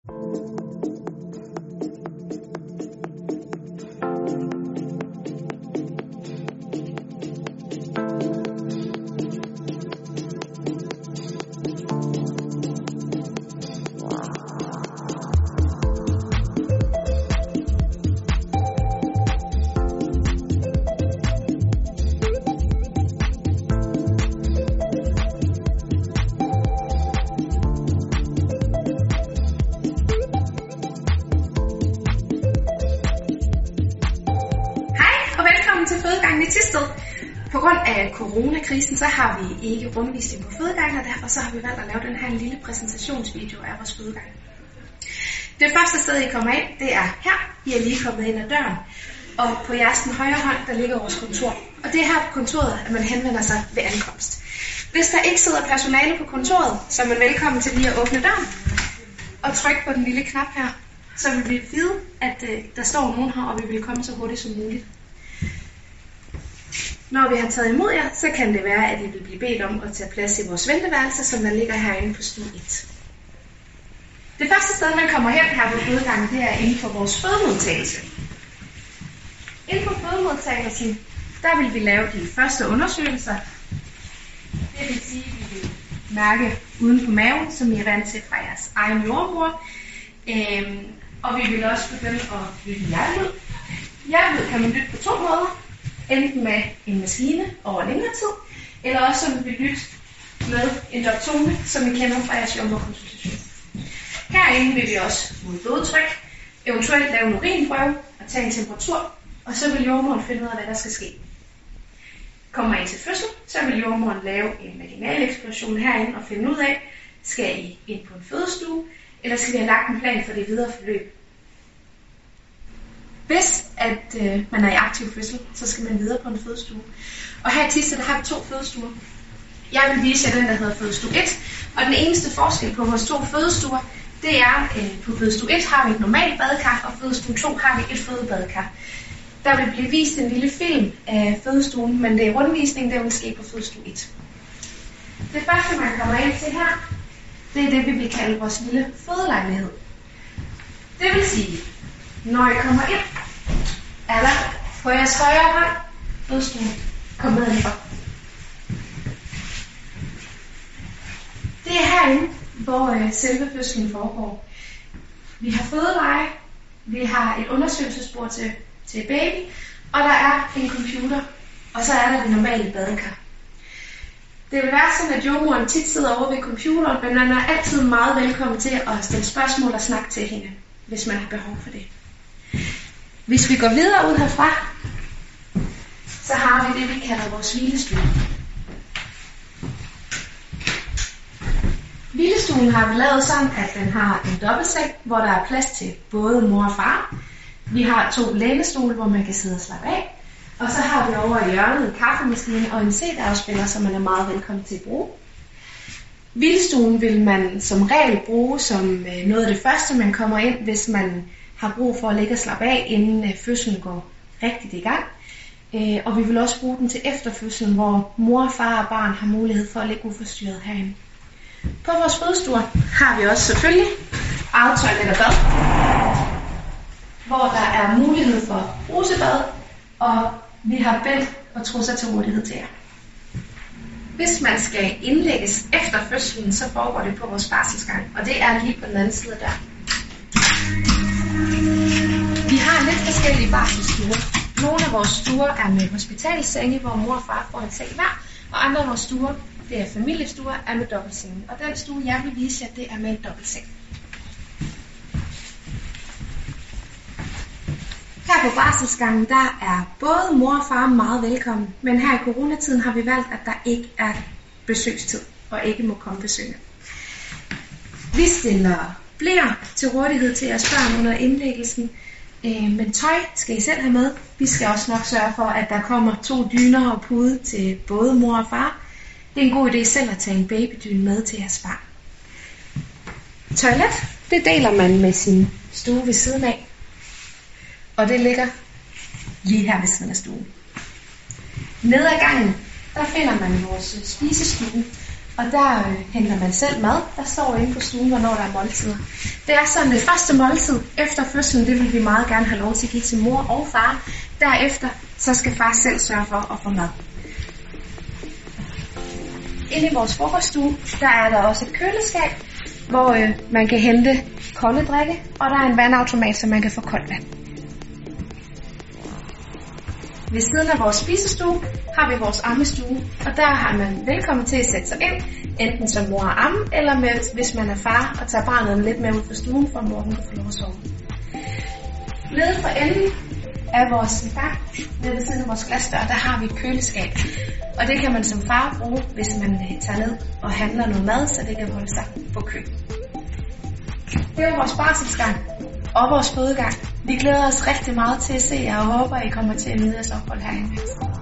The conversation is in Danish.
Til fødegangen i Thisted. På grund af coronakrisen, så har vi ikke rundvisning på fødegangen, og derfor så har vi valgt at lave den her lille præsentationsvideo af vores fødegang. Det første sted, I kommer ind, det er her. I er lige kommet ind ad døren. Og på jeres højre hånd, der ligger vores kontor. Og det er her på kontoret, at man henvender sig ved ankomst. Hvis der ikke sidder personale på kontoret, så er man velkommen til lige at åbne døren og trykke på den lille knap her. Så vil vi vide, at der står nogen her, og vi vil komme så hurtigt som muligt. Når vi har taget imod jer, så kan det være, at I vil blive bedt om at tage plads i vores venteværelse, som der ligger herinde på stue 1. Det første sted, man kommer hen her på fødegangen, det er inde på vores fødemodtagelse. Inde på fødemodtagelsen, der vil vi lave de første undersøgelser. Det vil sige, at vi vil mærke uden på maven, som I er vant til fra jeres egen jordmor. Og vi vil også begynde at lytte hjertelyd. Hjertelyd kan man lytte på 2 måder. Enten med en maskine over længere tid, eller også som vi lytter med en doktone, som I kender fra jeres jordmorkonsultation. Herinde vil vi også måle blodtryk, eventuelt lave en urinprøve og tage en temperatur, og så vil jordmoren finde ud af, hvad der skal ske. Kommer I til fødsel, så vil jordmoren lave en vaginal eksploration herinde og finde ud af, skal I ind på en fødestue, eller skal vi have lagt en plan for det videre forløb. Hvis at man er i aktiv fødsel, så skal man videre på en fødestue. Og her i Thisted, der har vi 2 fødestuer. Jeg vil vise jer den, der hedder fødestue 1. Og den eneste forskel på vores 2 fødestuer, det er, på fødestue 1 har vi et normalt badekar, og fødestue 2 har vi et fødebadekar. Der vil blive vist en lille film af fødestuen, men det er rundvisning, der vil ske på fødestue 1. Det første, man kommer ind til her, det er det, vi vil kalde vores lille fødelejlighed. Det vil sige, når I kommer ind, er der på jeres højre hånd fødestuen. Kom med indenfor. Det er herinde, hvor selve fødslen foregår. Vi har fødeleje, vi har et undersøgelsesbord til baby, og der er en computer, og så er der det normale badekar. Det vil være sådan, at jordmoren tit sidder over ved computeren, men man er altid meget velkommen til at stille spørgsmål og snakke til hende, hvis man har behov for det. Hvis vi går videre ud herfra, så har vi det, vi kalder vores hvilestue. Hvilestuen har vi lavet sådan, at den har en dobbeltseng, hvor der er plads til både mor og far. Vi har 2 lænestole, hvor man kan sidde og slappe af. Og så har vi over i hjørnet en kaffemaskine og en CD-afspiller, som man er meget velkommen til at bruge. Hvilestuen vil man som regel bruge som noget af det første, man kommer ind, hvis man har brug for at ligge og slappe af, inden fødslen går rigtigt i gang. Og vi vil også bruge den til efterfødslen, hvor mor, far og barn har mulighed for at ligge uforstyrret herinde. På vores fødestuer har vi også selvfølgelig eget toilet og bad, hvor der er mulighed for brusebad, og vi har bælte og trusser til rådighed til jer. Hvis man skal indlægges efter fødslen, så foregår det på vores barselsgang, og det er lige på den anden side der. Vi har lidt forskellige barselsstuer. Nogle af vores stuer er med hospitalsenge, hvor mor og far får en seng hver, og andre af vores stuer, det er familiestuer, er med dobbeltsenge. Og den stue, jeg vil vise jer, det er med en dobbeltseng. Her på barselsgangen, der er både mor og far meget velkommen, men her i coronatiden har vi valgt, at der ikke er besøgstid og ikke må komme besøgende. Vi stiller bleer til rådighed til jeres børn under indlæggelsen, men tøj skal I selv have med. Vi skal også nok sørge for, at der kommer 2 dyner og pude til både mor og far. Det er en god idé selv at tage en babydyne med til jeres barn. Toilet, det deler man med sin stue ved siden af. Og det ligger lige her ved siden af stuen. Nede ad gangen, der finder man vores spisestue. Og der henter man selv mad. Der står inde på stuen, hvornår der er måltider. Det er sådan, det første måltid efter fødslen, det vil vi meget gerne have lov til at give til mor og far. Derefter, så skal far selv sørge for at få mad. Inde i vores frokoststue, der er der også et køleskab, hvor man kan hente kolde drikke, og der er en vandautomat, så man kan få koldt vand. Ved siden af vores spisestue har vi vores ammestue, og der har man velkommen til at sætte sig ind, enten som mor og amme, eller med, hvis man er far, og tager barnet lidt med ud fra stuen, for mor kan få lov at sove. Nede for enden af vores gang, nede ved siden af vores glasdør, der har vi et køleskab. Og det kan man som far bruge, hvis man tager ned og handler noget mad, så det kan holde sig på kø. Det er vores barselsgang og vores fødegang. Vi glæder os rigtig meget til at se jer og håber, I kommer til at nyde jeres ophold herinde.